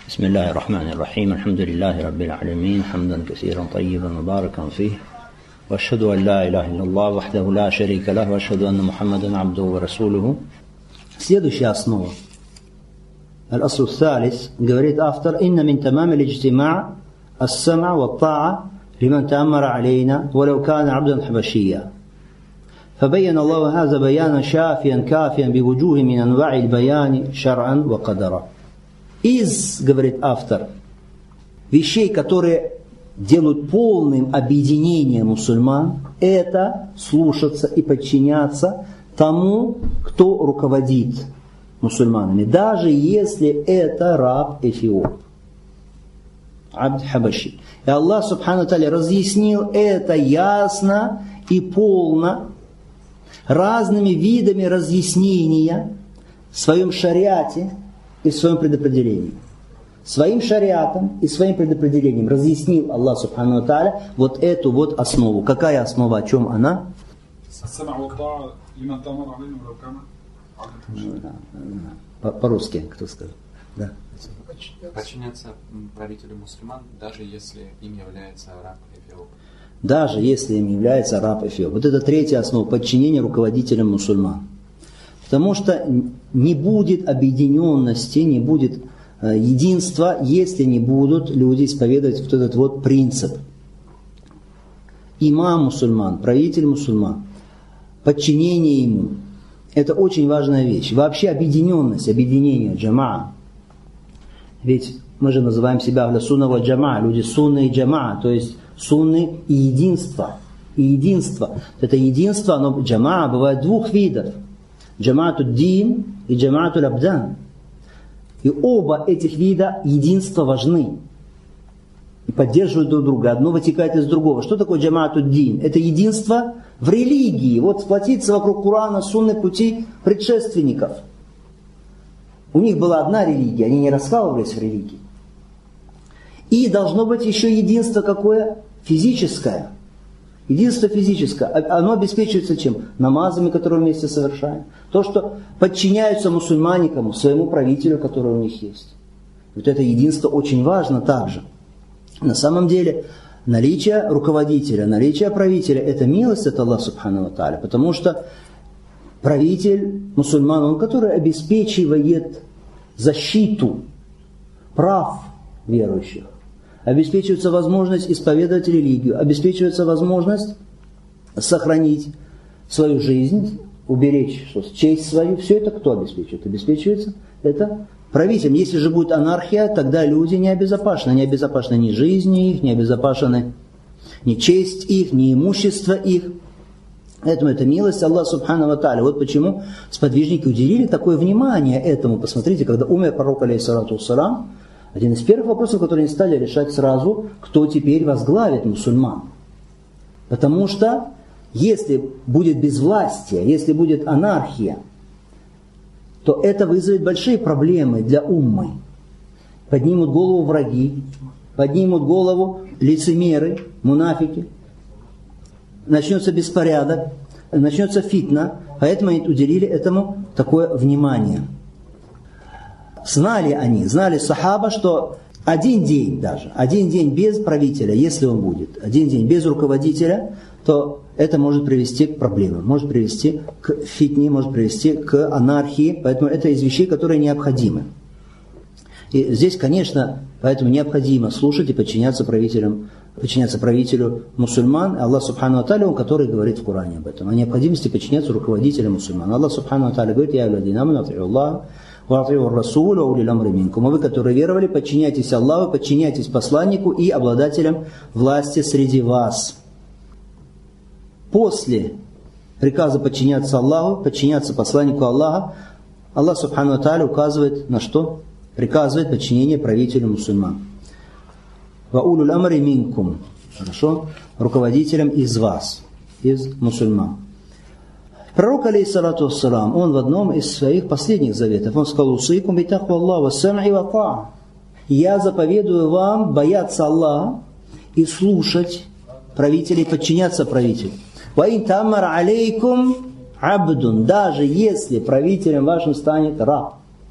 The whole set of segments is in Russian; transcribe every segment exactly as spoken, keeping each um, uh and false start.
بسم الله الرحمن الرحيم الحمد لله رب العالمين حمدا كثيرا طيبا مباركا فيه وأشهد أن لا إله إلا الله وحده لا شريك له وأشهد أن محمدا عبده ورسوله. Следующая основа. الأصل الثالث говорит автор: إن من تمام الاجتماع السمع والطاعة لمن تأمر علينا ولو كان عبدا حبشيا. فبين الله هذا بيانا شافيا كافيا بوجوه من أنواع البيان شرعا وقدرا. Из, говорит автор, вещей, которые делают полным объединение мусульман, это слушаться и подчиняться тому, кто руководит мусульманами, даже если это раб Эфиоп, абд хабаши. И Аллах субхану ва тааля разъяснил это ясно и полно разными видами разъяснения в своем шариате и в своем предопределении. Своим шариатом и своим предопределением разъяснил Аллах субхану ва тааля вот эту вот основу. Какая основа, о чем она? По-русски, кто скажет? Да. Подчиняться правителю мусульман, даже если им является раб Эфиоп. Даже если им является раб Эфиоп. Вот это третья основа подчинения руководителям мусульман. Потому что не будет объединенности, не будет единства, если не будут люди исповедовать вот этот вот принцип. Имам мусульман, правитель мусульман, подчинение ему. Это очень важная вещь. Вообще объединенность, объединение, джамаа. Ведь мы же называем себя ахля сунна ва джамаа, люди сунны и джамаа, то есть сунны и единство. И единство. Это единство, оно джамаа бывает двух видов. Джамаату дин и джамаату абдан. И оба этих вида единства важны. И поддерживают друг друга. Одно вытекает из другого. Что такое джамаату дин? Это единство в религии. Вот сплотиться вокруг Курана, сунны, пути предшественников. У них была одна религия, они не раскалывались в религии. И должно быть еще единство какое? Физическое. Единство физическое. Оно обеспечивается чем? Намазами, которые вместе совершаем. То, что подчиняются мусульмане кому? Своему правителю, который у них есть. Вот это единство очень важно также. На самом деле, наличие руководителя, наличие правителя – это милость от Аллаха субхану ва тааля. Потому что правитель мусульман, он который обеспечивает защиту прав верующих. Обеспечивается возможность исповедовать религию, обеспечивается возможность сохранить свою жизнь, уберечь что, честь свою. Все это кто обеспечивает? Обеспечивается это правителем. Если же будет анархия, тогда люди не обезопасены. Не обезопасены ни жизни их, не обезопасены ни честь их, ни имущество их. Поэтому это милость Аллаха субхану ва тааля. Вот почему сподвижники уделили такое внимание этому. Посмотрите, когда умер пророк алейхиссалату вассалам, один из первых вопросов, которые они стали решать сразу, кто теперь возглавит мусульман. Потому что если будет безвластие, если будет анархия, то это вызовет большие проблемы для уммы. Поднимут голову враги, поднимут голову лицемеры, мунафики. Начнется беспорядок, начнется фитна. Поэтому они уделили этому такое внимание. Знали они, знали сахаба, что один день даже, один день без правителя, если он будет, один день без руководителя, то это может привести к проблемам, может привести к фитне, может привести к анархии. Поэтому это из вещей, которые необходимы. И здесь, конечно, поэтому необходимо слушать и подчиняться правителям, подчиняться правителю мусульман. Аллах субхану ва тааля, он который говорит в Коране об этом, о необходимости подчиняться руководителям мусульман. Аллах субхану ва тааля говорит: «Я алладина аману ати'у Аллах ва ати'у ар-расуля ва улил амри минкум». А вы, которые веровали, подчиняйтесь Аллаху, подчиняйтесь посланнику и обладателям власти среди вас. После приказа подчиняться Аллаху, подчиняться посланнику Аллаха, Аллах субхану ва тааля указывает на что? Приказывает подчинение правителю мусульман. Ва улил амри минкум. Хорошо? Руководителям из вас, из мусульман. Пророк, алейхиссалату вассалам, он в одном из своих последних заветов, он сказал: «Усейкум битахва Аллах ва сам'и ва таа». Я заповедую вам бояться Аллаха и слушать правителей, подчиняться правителю. «Ва ин тамар алейкум абдун», даже если правителем вашим станет раб.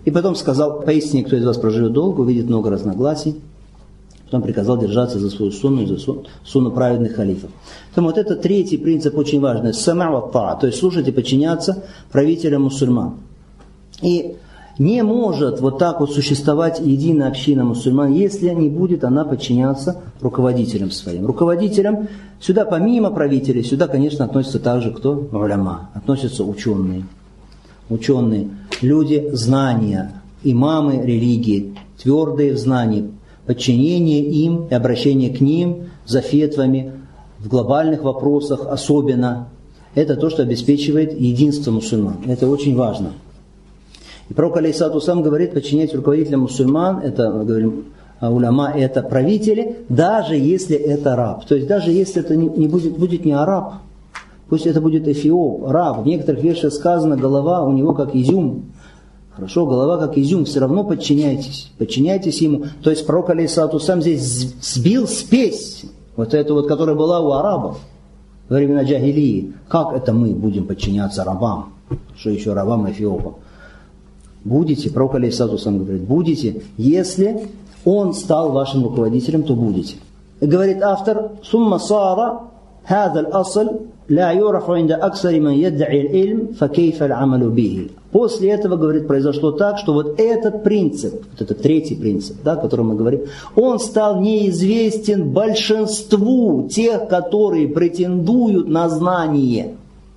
И потом сказал: поистине, кто из вас проживет долго, увидит много разногласий. Потом приказал держаться за свою сунну и за сунну праведных халифов. Поэтому вот это третий принцип очень важный. Сама ва таа, то есть слушать и подчиняться правителям мусульман. И не может вот так вот существовать единая община мусульман, если не будет она подчиняться руководителям своим. Руководителям, сюда помимо правителей, сюда, конечно, относятся также кто? Уляма, относятся ученые. Ученые, люди знания, имамы религии, твердые в знании, подчинение им и обращение к ним за фетвами в глобальных вопросах особенно. Это то, что обеспечивает единство мусульман. Это очень важно. И пророк алейхиссалату вассалам говорит, подчинять руководителям мусульман, это, мы говорим, уляма, это правители, даже если это раб. То есть даже если это не, не будет, будет не араб, пусть это будет эфиоп, раб. В некоторых версиях сказано, голова у него как изюм. Хорошо, голова как изюм, все равно подчиняйтесь, подчиняйтесь ему. То есть пророк алейхиссалату вассалам здесь сбил спесь, вот эту вот, которая была у арабов во времена джахилии. Как это мы будем подчиняться рабам? Что еще рабам эфиопам? Будете, пророк алейхиссалату вассалам говорит, будете, если он стал вашим руководителем, то будете. И говорит автор, «Сумма сара хаза ал-асл ла юрафу инда аксари ман яддаи аль-илм, фа кейфа аль-амалу бихи». После этого, говорит, произошло так, что вот этот принцип, вот этот третий принцип, да, о котором мы говорим, он стал неизвестен большинству тех, которые претендуют на знание.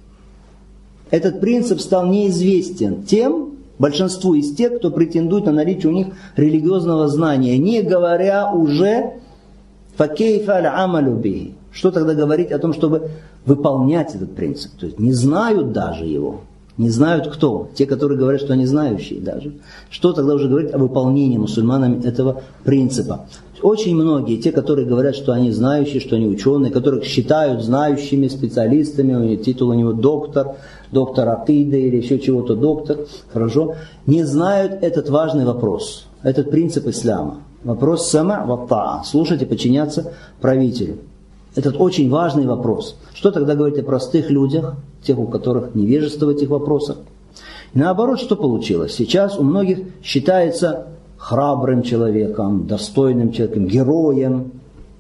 Этот принцип стал неизвестен тем, большинству из тех, кто претендует на наличие у них религиозного знания, не говоря уже «факейфа аль-амалу бихи». Что тогда говорить о том, чтобы выполнять этот принцип? То есть не знают даже его. Не знают кто? Те, которые говорят, что они знающие даже. Что тогда уже говорить о выполнении мусульманами этого принципа? Очень многие, те, которые говорят, что они знающие, что они ученые, которых считают знающими специалистами, у них титул у него доктор, доктор акиды или еще чего-то доктор, хорошо, не знают этот важный вопрос, этот принцип ислама. Вопрос сама ва таа, слушать и подчиняться правителю. Этот очень важный вопрос. Что тогда говорить о простых людях, тех, у которых невежество в этих вопросах? И наоборот, что получилось? Сейчас у многих считается храбрым человеком, достойным человеком, героем.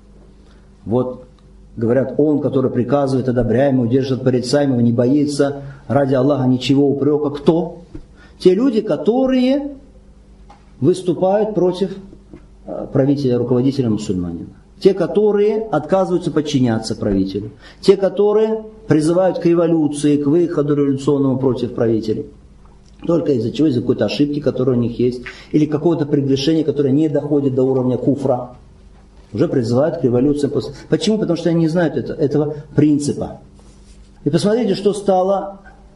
Вот, говорят, он, который приказывает, одобряемый, удерживает порицаемого, не боится ради Аллаха ничего упрека. Кто? Те люди, которые выступают против правителя, руководителя мусульманина. Те, которые отказываются подчиняться правителю. Те, которые призывают к революции, к выходу революционному против правителей. Только из-за чего? Из-за какой-то ошибки, которая у них есть. Или какого-то прегрешения, которое не доходит до уровня куфра. Уже призывают к революции. Почему? Потому что они не знают это, этого принципа. И посмотрите, что стало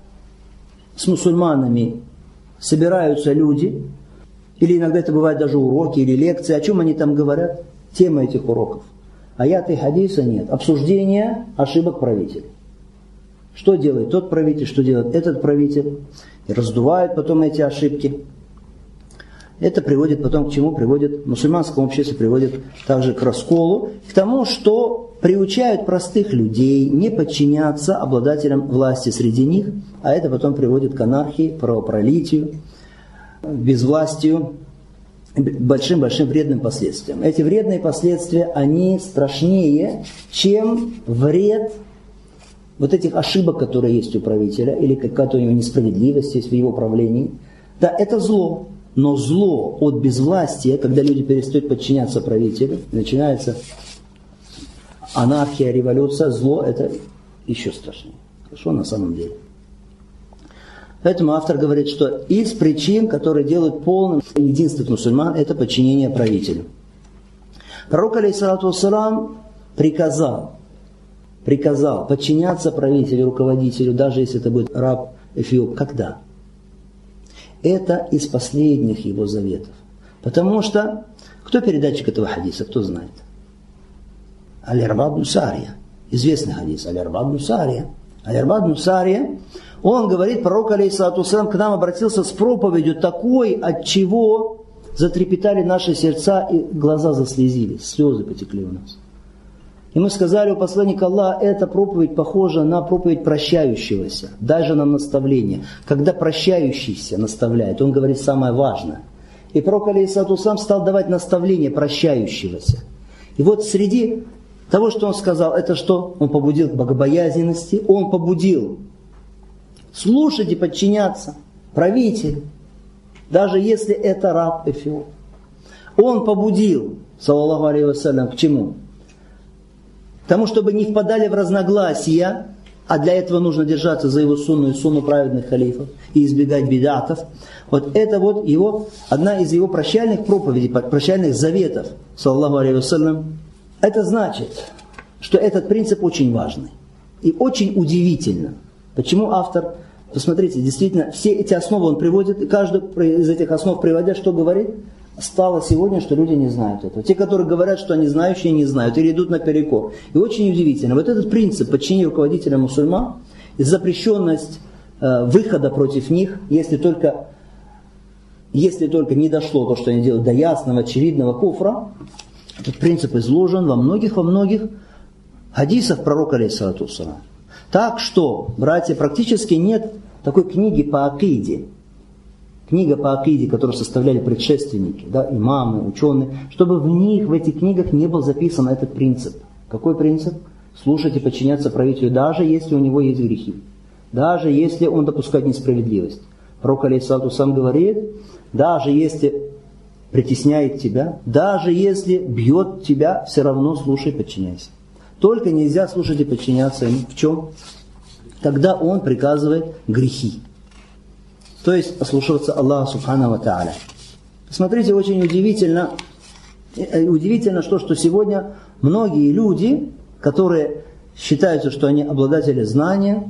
с мусульманами. Собираются люди, или иногда это бывает даже уроки или лекции. О чем они там говорят? Тема этих уроков. Аят и хадиса нет. Обсуждение ошибок правителя. Что делает тот правитель, что делает этот правитель. И раздувают потом эти ошибки. Это приводит потом к чему? Приводит в мусульманском обществе, приводит также к расколу, к тому, что приучают простых людей не подчиняться обладателям власти среди них, а это потом приводит к анархии, кровопролитию, безвластию, большим-большим вредным последствиям. Эти вредные последствия, они страшнее, чем вред вот этих ошибок, которые есть у правителя, или какая-то у него несправедливость есть в его правлении. Да, это зло. Но зло от безвластия, когда люди перестают подчиняться правителю, начинается анархия, революция, зло, это еще страшнее. Хорошо, на самом деле. Поэтому автор говорит, что из причин, которые делают полным единство мусульман, это подчинение правителю. Пророк, алейхиссалату вассалам, приказал, приказал подчиняться правителю, руководителю, даже если это будет раб эфиоп. Когда? Это из последних его заветов. Потому что, кто передатчик этого хадиса, кто знает? Аль-Ирбад ибн Сария. Известный хадис. Аль-Ирбад ибн Сария. Аль-Ирбад ибн Сария, он говорит, пророк, алейхиссалату вассалам, к нам обратился с проповедью такой, от чего затрепетали наши сердца и глаза заслезились, слезы потекли у нас. И мы сказали, у посланника Аллаха, эта проповедь похожа на проповедь прощающегося. Дай же нам наставление. Когда прощающийся наставляет, он говорит самое важное. И пророк алейхиссалату вассалам стал давать наставление прощающегося. И вот среди того, что он сказал, это что? Он побудил к богобоязненности, он побудил слушать и подчиняться правителю, даже если это раб Эфиоп. Он побудил, саллаллаху алейхи вассалям, к чему? К тому, чтобы не впадали в разногласия, а для этого нужно держаться за его сунну и сунну праведных халифов и избегать бидатов. Вот это вот его, одна из его прощальных проповедей, прощальных заветов, саллаллаху алейхи вассалям. Это значит, что этот принцип очень важный и очень удивительно. Почему автор, посмотрите, действительно, все эти основы он приводит, и каждый из этих основ приводя, что говорит? Стало сегодня, что люди не знают этого. Те, которые говорят, что они знающие, не знают, или идут наперекор. И очень удивительно, вот этот принцип подчинения руководителя мусульман, запрещенность э, выхода против них, если только, если только не дошло то, что они делают, до ясного, очевидного куфра, этот принцип изложен во многих, во многих хадисах пророка алейхиссалату вассалам. Так что, братья, практически нет такой книги по акиде, книга по акиде, которую составляли предшественники, да, имамы, ученые, чтобы в них, в этих книгах не был записан этот принцип. Какой принцип? Слушать и подчиняться правителю, даже если у него есть грехи, даже если он допускает несправедливость. Пророк алейхиссалату вассалам говорит, даже если притесняет тебя, даже если бьет тебя, все равно слушай и подчиняйся. Только нельзя слушать и подчиняться ему. В чем? Когда он приказывает грехи. То есть ослушиваться Аллаха субхану ва тааля. Смотрите, очень удивительно, удивительно что, что сегодня многие люди, которые считаются, что они обладатели знания,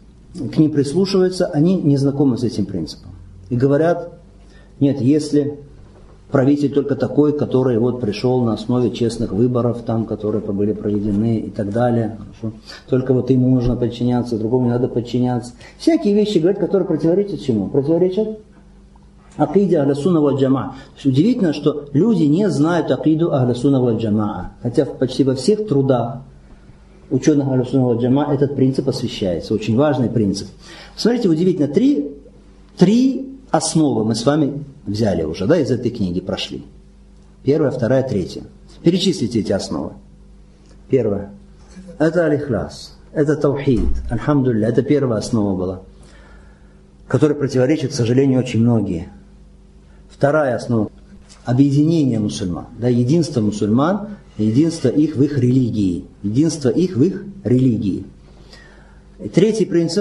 к ним прислушиваются, они не знакомы с этим принципом. И говорят, нет, если правитель только такой, который вот пришел на основе честных выборов, там, которые были проведены и так далее. Хорошо. Только вот ему нужно подчиняться, другому не надо подчиняться. Всякие вещи, говорят, которые противоречат чему? Противоречат акиде ахля сунна валь джамаа. Удивительно, что люди не знают акиду ахля сунна валь джамаа. Хотя почти во всех трудах ученых ахля сунна валь джамаа этот принцип освещается. Очень важный принцип. Смотрите, удивительно, три, три основы мы с вами взяли уже, да, из этой книги прошли. Первая, вторая, третья. Перечислите эти основы. Первая. Это аль-ихляс. Это таухид. Альхамдулилля. Это первая основа была, которой противоречат, к сожалению, очень многие. Вторая основа. Объединение мусульман. Да, единство мусульман, единство их в их религии. Единство их в их религии. И третий принцип.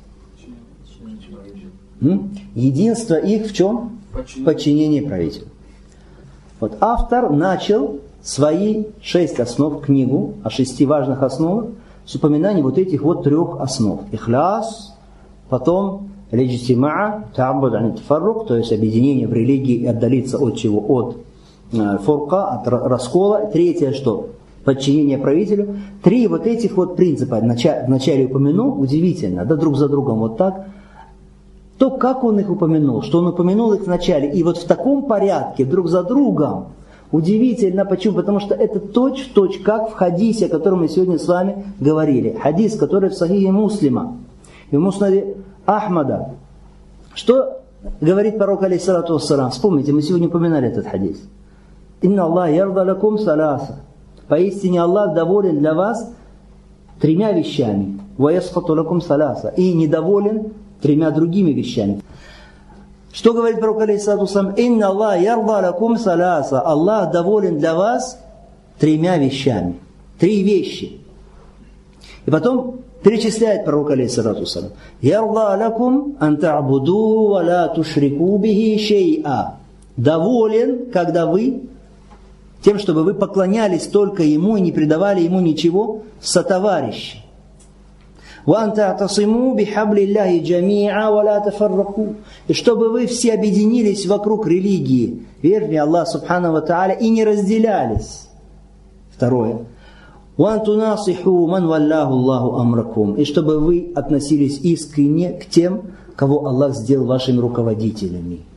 Единство их в чем? Подчинение, Подчинение правителю. Вот автор начал свои шесть основ, книгу о шести важных основах, с упоминанием вот этих вот трех основ. Ихляс, потом лиджтимаа, та'аббуд ан тафаррук, то есть объединение в религии и отдалиться от чего? От э, фурка, от раскола. Третье что? Подчинение правителю. Три вот этих вот принципа вначале упомянул, удивительно, да, друг за другом вот так. То, как он их упомянул, что он упомянул их вначале, и вот в таком порядке, друг за другом, удивительно, почему? Потому что это точь-в-точь, как в хадисе, о котором мы сегодня с вами говорили. Хадис, который в Сахихе Муслима, и в Муснаде Ахмада. Что говорит пророк алейхиссалату вассалам? Вспомните, мы сегодня упоминали этот хадис. «Инна Аллах ярда лакум саласа». Поистине Аллах доволен для вас тремя вещами. «Ва ясхату лакум саласа». И недоволен тремя другими вещами. Что говорит пророк алейхиссалату вассалам? «Инна Аллах ярда лакум саласа». Аллах доволен для вас тремя вещами. Три вещи. И потом перечисляет пророк алейхиссалату вассалам. «Ярда лакум ан та'буду ва ла тушрику бихи шей'a». Доволен, когда вы тем, чтобы вы поклонялись только Ему и не предавали Ему ничего в сотоварищи. وَأَنْ تَعْتَصِمُوا بِحَبْلِ اللَّهِ جَمِيعًا وَلَا تَفَرَّقُوا. И чтобы вы все объединились вокруг религии, верни Аллах Субхану ва Тааля, и не разделялись. Второе. وَأَنْ تُنَاصِحُوا مَنْ وَاللَّهُ اللَّهُ أَمْرَكُمْ. И чтобы вы относились искренне к тем, кого Аллах сделал вашими руководителями.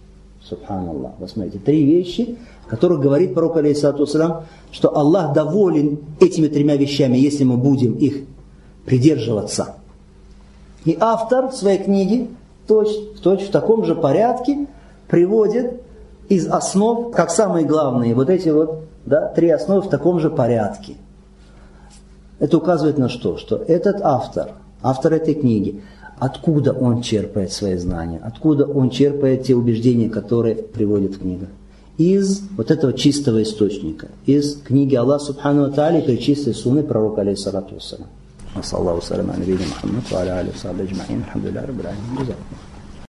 Субханаллах. Вы смотрите, три вещи, о которых говорит пророк, алейхиссалату вассалям, что Аллах доволен этими тремя вещами, если мы будем их придерживаться. И автор в своей книге точь в точь в таком же порядке приводит из основ, как самые главные, вот эти вот, да, три основы в таком же порядке. Это указывает на что? Что этот автор, автор этой книги, откуда он черпает свои знания, откуда он черпает те убеждения, которые приводит книга. Из вот этого чистого источника, из книги Аллаха Субхану ва Тааля и пречистой сунны пророка, алейхиссалату вассалям. Аллаху салям, алейхи Мухаммад, ва аля алейхи ва сахбихи аджмаин, алхамдулиллахи раббил аламин.